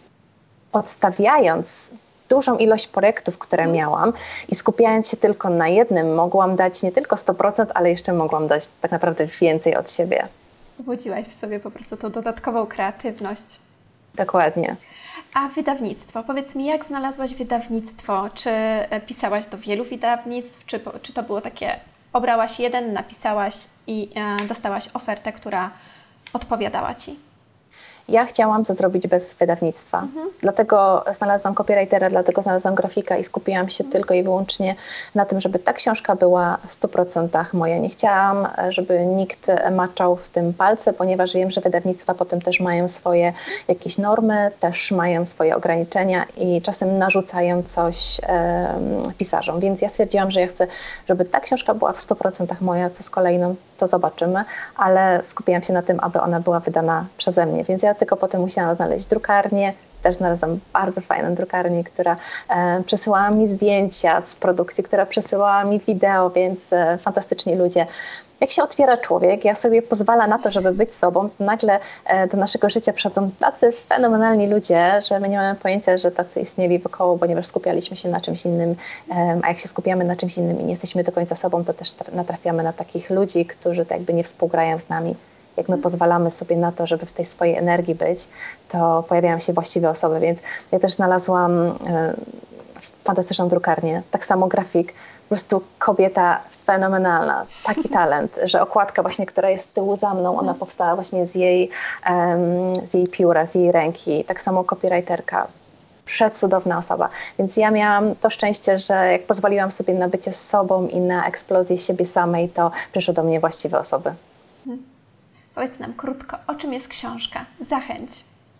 odstawiając dużą ilość projektów, które miałam i skupiając się tylko na jednym, mogłam dać nie tylko sto procent, ale jeszcze mogłam dać tak naprawdę więcej od siebie. Obudziłaś w sobie po prostu tą dodatkową kreatywność. Dokładnie. A wydawnictwo? Powiedz mi, jak znalazłaś wydawnictwo? Czy pisałaś do wielu wydawnictw? Czy, czy to było takie, obrałaś jeden, napisałaś i e, dostałaś ofertę, która odpowiadała Ci? Ja chciałam to zrobić bez wydawnictwa. Mhm. Dlatego znalazłam copywritera, dlatego znalazłam grafika i skupiłam się mhm. tylko i wyłącznie na tym, żeby ta książka była w stu procentach moja. Nie chciałam, żeby nikt maczał w tym palce, ponieważ wiem, że wydawnictwa potem też mają swoje jakieś normy, też mają swoje ograniczenia i czasem narzucają coś e, pisarzom. Więc ja stwierdziłam, że ja chcę, żeby ta książka była w stu procentach moja, co z kolejną to zobaczymy, ale skupiłam się na tym, aby ona była wydana przeze mnie. Więc ja tylko potem musiałam znaleźć drukarnię. Też znalazłam bardzo fajną drukarnię, która e, przesyłała mi zdjęcia z produkcji, która przesyłała mi wideo, więc e, fantastyczni ludzie. Jak się otwiera człowiek, jak sobie pozwala na to, żeby być sobą, to nagle e, do naszego życia przychodzą tacy fenomenalni ludzie, że my nie mamy pojęcia, że tacy istnieli wokoło, ponieważ skupialiśmy się na czymś innym, e, a jak się skupiamy na czymś innym i nie jesteśmy do końca sobą, to też natrafiamy na takich ludzi, którzy tak jakby nie współgrają z nami. Jak my pozwalamy sobie na to, żeby w tej swojej energii być, to pojawiają się właściwe osoby, więc ja też znalazłam y, fantastyczną drukarnię, tak samo grafik, po prostu kobieta fenomenalna, taki talent, że okładka właśnie, która jest z tyłu za mną, ona powstała właśnie z jej, um, z jej pióra, z jej ręki, tak samo copywriterka. przecudowna osoba. Więc ja miałam to szczęście, że jak pozwoliłam sobie na bycie z sobą i na eksplozję siebie samej, to przyszły do mnie właściwe osoby. Hmm. Powiedz nam krótko, o czym jest książka? Zachęć.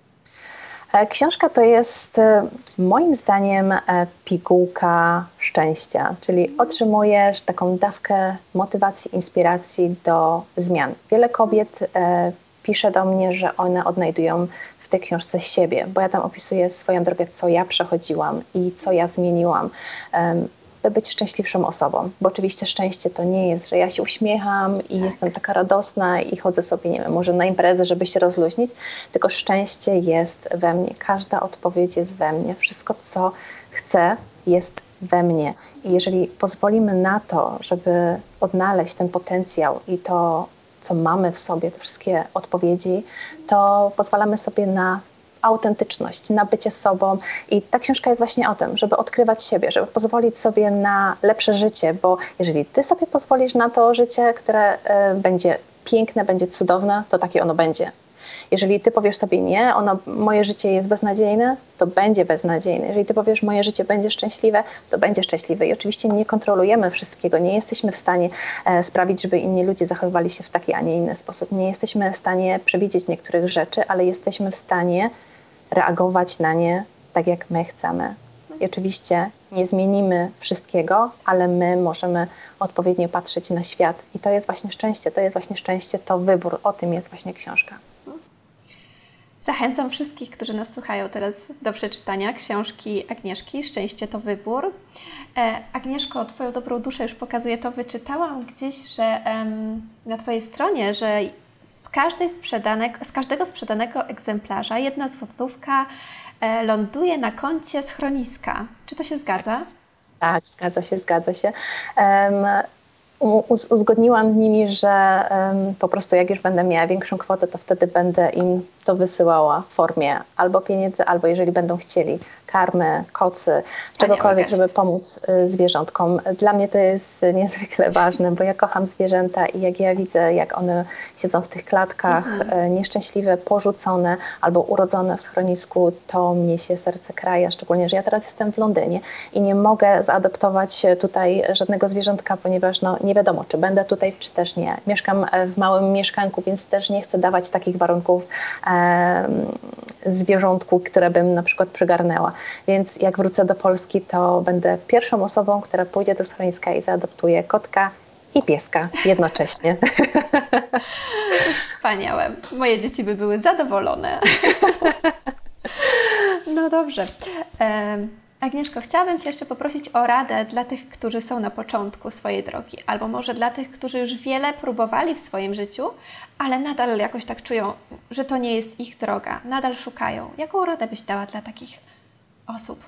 Książka to jest moim zdaniem pigułka szczęścia, czyli otrzymujesz taką dawkę motywacji, inspiracji do zmian. Wiele kobiet pisze do mnie, że one odnajdują w tej książce siebie, bo ja tam opisuję swoją drogę, co ja przechodziłam i co ja zmieniłam, by być szczęśliwszą osobą. Bo oczywiście szczęście to nie jest, że ja się uśmiecham i tak. jestem taka radosna i chodzę sobie, nie wiem, może na imprezę, żeby się rozluźnić, tylko szczęście jest we mnie. Każda odpowiedź jest we mnie. Wszystko, co chcę, jest we mnie. I jeżeli pozwolimy na to, żeby odnaleźć ten potencjał i to, co mamy w sobie, te wszystkie odpowiedzi, to pozwalamy sobie na autentyczność, na bycie sobą. I ta książka jest właśnie o tym, żeby odkrywać siebie, żeby pozwolić sobie na lepsze życie, bo jeżeli ty sobie pozwolisz na to życie, które y, będzie piękne, będzie cudowne, to takie ono będzie. Jeżeli ty powiesz sobie nie, ono, moje życie jest beznadziejne, to będzie beznadziejne. Jeżeli ty powiesz, moje życie będzie szczęśliwe, to będzie szczęśliwe. I oczywiście nie kontrolujemy wszystkiego, nie jesteśmy w stanie e, sprawić, żeby inni ludzie zachowywali się w taki, a nie inny sposób. Nie jesteśmy w stanie przewidzieć niektórych rzeczy, ale jesteśmy w stanie reagować na nie tak, jak my chcemy. I oczywiście nie zmienimy wszystkiego, ale my możemy odpowiednio patrzeć na świat. I to jest właśnie szczęście, to jest właśnie szczęście, to wybór. O tym jest właśnie książka. Zachęcam wszystkich, którzy nas słuchają teraz do przeczytania książki Agnieszki Szczęście to wybór. E, Agnieszko, Twoją dobrą duszę już pokazuję to. Wyczytałam gdzieś, że em, na Twojej stronie, że z, każdej sprzedanego, z każdego sprzedanego egzemplarza jedna złotówka e, ląduje na koncie schroniska. Czy to się zgadza? Tak, zgadza się, zgadza się. Um, Uz- uzgodniłam z nimi, że um, po prostu jak już będę miała większą kwotę, to wtedy będę im to wysyłała w formie albo pieniędzy, albo jeżeli będą chcieli karmy, kocy, czegokolwiek, żeby pomóc y, zwierzątkom. Dla mnie to jest niezwykle ważne, bo ja kocham zwierzęta i jak ja widzę, jak one siedzą w tych klatkach, mhm. y, nieszczęśliwe, porzucone albo urodzone w schronisku, to mnie się serce kraje, szczególnie, że ja teraz jestem w Londynie i nie mogę zaadoptować tutaj żadnego zwierzątka, ponieważ no, nie wiadomo, czy będę tutaj, czy też nie. Mieszkam w małym mieszkanku, więc też nie chcę dawać takich warunków e, zwierzątku, które bym na przykład przygarnęła. Więc jak wrócę do Polski, to będę pierwszą osobą, która pójdzie do schroniska i zaadoptuje kotka i pieska jednocześnie. Wspaniałe. Moje dzieci by były zadowolone. No dobrze. Agnieszko, chciałabym Cię jeszcze poprosić o radę dla tych, którzy są na początku swojej drogi, albo może dla tych, którzy już wiele próbowali w swoim życiu, ale nadal jakoś tak czują, że to nie jest ich droga, nadal szukają. Jaką radę byś dała dla takich osób?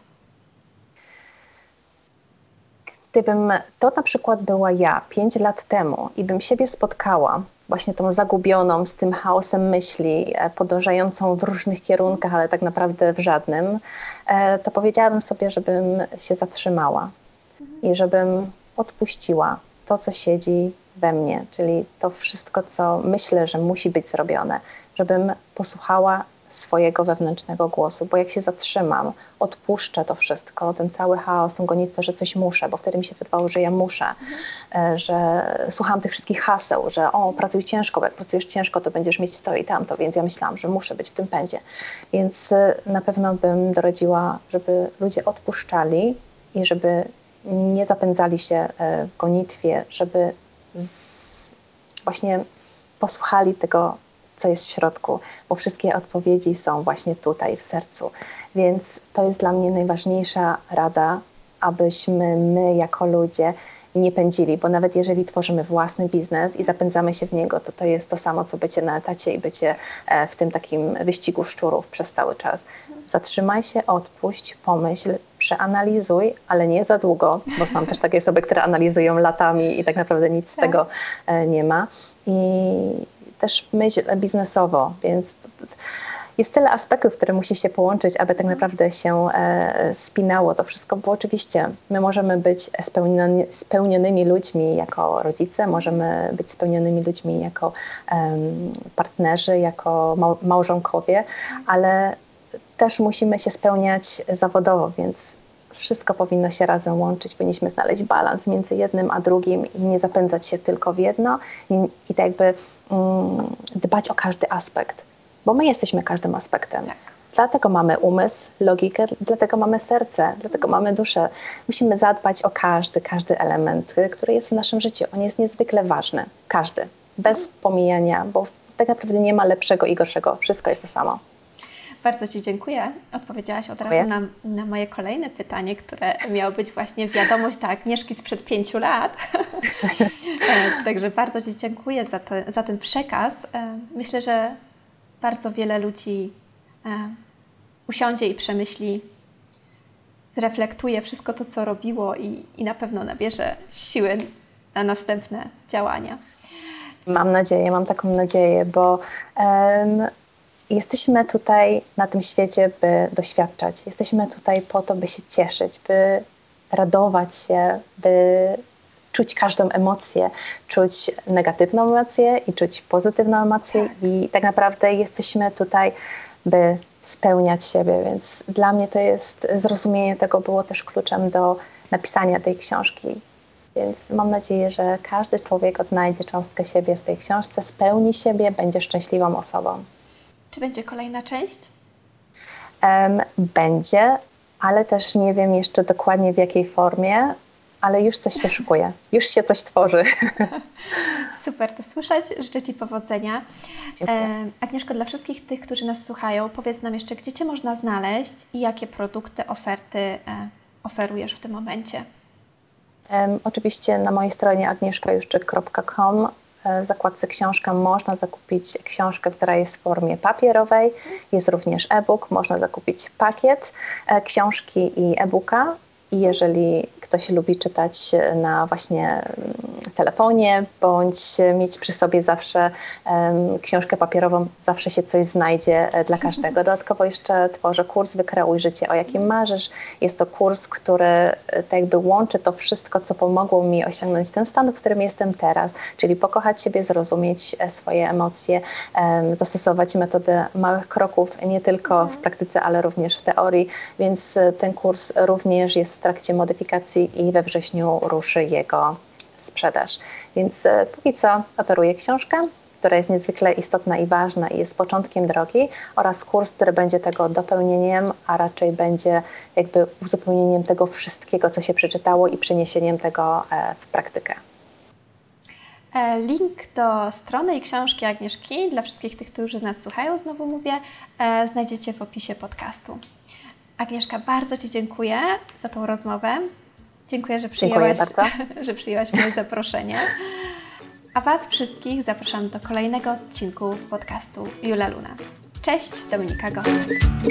Gdybym to na przykład była ja pięć lat temu i bym siebie spotkała właśnie tą zagubioną z tym chaosem myśli, podążającą w różnych kierunkach, ale tak naprawdę w żadnym, to powiedziałabym sobie, żebym się zatrzymała i żebym odpuściła to, co siedzi we mnie, czyli to wszystko, co myślę, że musi być zrobione, żebym posłuchała swojego wewnętrznego głosu, bo jak się zatrzymam, odpuszczę to wszystko, ten cały chaos, tą gonitwę, że coś muszę, bo wtedy mi się wydawało, że ja muszę, mhm. że słuchałam tych wszystkich haseł, że o, pracuj ciężko, bo jak pracujesz ciężko, to będziesz mieć to i tamto, więc ja myślałam, że muszę być w tym pędzie. Więc na pewno bym doradziła, żeby ludzie odpuszczali i żeby nie zapędzali się w gonitwie, żeby z... właśnie posłuchali tego, co jest w środku, bo wszystkie odpowiedzi są właśnie tutaj, w sercu. Więc to jest dla mnie najważniejsza rada, abyśmy my jako ludzie nie pędzili, bo nawet jeżeli tworzymy własny biznes i zapędzamy się w niego, to to jest to samo, co bycie na etacie i bycie w tym takim wyścigu szczurów przez cały czas. Zatrzymaj się, odpuść, pomyśl, przeanalizuj, ale nie za długo, bo znam też takie osoby, które analizują latami i tak naprawdę nic z tego nie ma. I też myśl biznesowo, więc jest tyle aspektów, które musi się połączyć, aby tak naprawdę się e, spinało to wszystko, bo oczywiście my możemy być spełniony, spełnionymi ludźmi jako rodzice, możemy być spełnionymi ludźmi jako e, partnerzy, jako mał, małżonkowie, ale też musimy się spełniać zawodowo, więc wszystko powinno się razem łączyć. Powinniśmy znaleźć balans między jednym a drugim i nie zapędzać się tylko w jedno i, i tak jakby mm, dbać o każdy aspekt, bo my jesteśmy każdym aspektem. Tak. Dlatego mamy umysł, logikę, dlatego mamy serce, dlatego mamy duszę. Musimy zadbać o każdy, każdy element, który jest w naszym życiu. On jest niezwykle ważny. Każdy. Bez pomijania, bo tak naprawdę nie ma lepszego i gorszego. Wszystko jest to samo. Bardzo Ci dziękuję. Odpowiedziałaś od razu na, na moje kolejne pytanie, które miało być właśnie wiadomość dla Agnieszki sprzed pięciu lat. Także bardzo Ci dziękuję za, te, za ten przekaz. Myślę, że bardzo wiele ludzi usiądzie i przemyśli, zreflektuje wszystko to, co robiło i, i na pewno nabierze siły na następne działania. Mam nadzieję, mam taką nadzieję, bo um, jesteśmy tutaj na tym świecie, by doświadczać. Jesteśmy tutaj po to, by się cieszyć, by radować się, by czuć każdą emocję, czuć negatywną emocję i czuć pozytywną emocję. Tak. I tak naprawdę jesteśmy tutaj, by spełniać siebie, więc dla mnie to jest, zrozumienie tego było też kluczem do napisania tej książki. Więc mam nadzieję, że każdy człowiek odnajdzie cząstkę siebie w tej książce, spełni siebie, będzie szczęśliwą osobą. Czy będzie kolejna część? Um, będzie, ale też nie wiem jeszcze dokładnie w jakiej formie, ale już coś się szykuje, już się coś tworzy. Super to słyszeć, życzę Ci powodzenia. E, Agnieszko, dla wszystkich tych, którzy nas słuchają, powiedz nam jeszcze, gdzie Cię można znaleźć i jakie produkty, oferty e, oferujesz w tym momencie? Um, oczywiście na mojej stronie agnieszka juszczyk kropka com w zakładce książka można zakupić książkę, która jest w formie papierowej. Jest również e-book, można zakupić pakiet e, książki i e-booka. I jeżeli ktoś lubi czytać na właśnie telefonie, bądź mieć przy sobie zawsze um, książkę papierową, zawsze się coś znajdzie dla każdego. Dodatkowo jeszcze tworzę kurs Wykreuj życie, o jakim marzysz. Jest to kurs, który tak jakby łączy to wszystko, co pomogło mi osiągnąć ten stan, w którym jestem teraz, czyli pokochać siebie, zrozumieć swoje emocje, um, zastosować metodę małych kroków, nie tylko w praktyce, ale również w teorii, więc ten kurs również jest w trakcie modyfikacji i we wrześniu ruszy jego sprzedaż. Więc e, póki co oferuję książkę, która jest niezwykle istotna i ważna i jest początkiem drogi, oraz kurs, który będzie tego dopełnieniem, a raczej będzie jakby uzupełnieniem tego wszystkiego, co się przeczytało i przeniesieniem tego e, w praktykę. Link do strony i książki Agnieszki dla wszystkich tych, którzy nas słuchają, znowu mówię, e, znajdziecie w opisie podcastu. Agnieszka, bardzo Ci dziękuję za tą rozmowę. Dziękuję, że przyjęłaś, że przyjęłaś moje zaproszenie. A Was wszystkich zapraszam do kolejnego odcinku podcastu Jula Luna. Cześć, Dominika Gostek.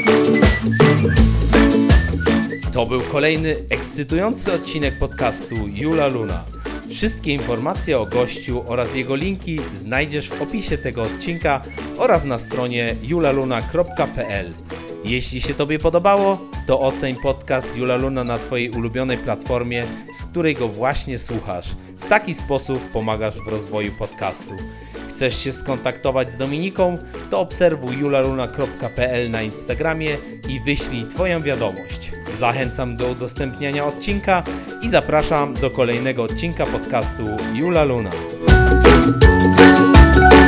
To był kolejny ekscytujący odcinek podcastu Jula Luna. Wszystkie informacje o gościu oraz jego linki znajdziesz w opisie tego odcinka oraz na stronie julaluna kropka p l. Jeśli się Tobie podobało, to oceń podcast Jula Luna na Twojej ulubionej platformie, z której go właśnie słuchasz. W taki sposób pomagasz w rozwoju podcastu. Chcesz się skontaktować z Dominiką? To obserwuj julaluna kropka p l na Instagramie i wyślij Twoją wiadomość. Zachęcam do udostępniania odcinka i zapraszam do kolejnego odcinka podcastu Jula Luna.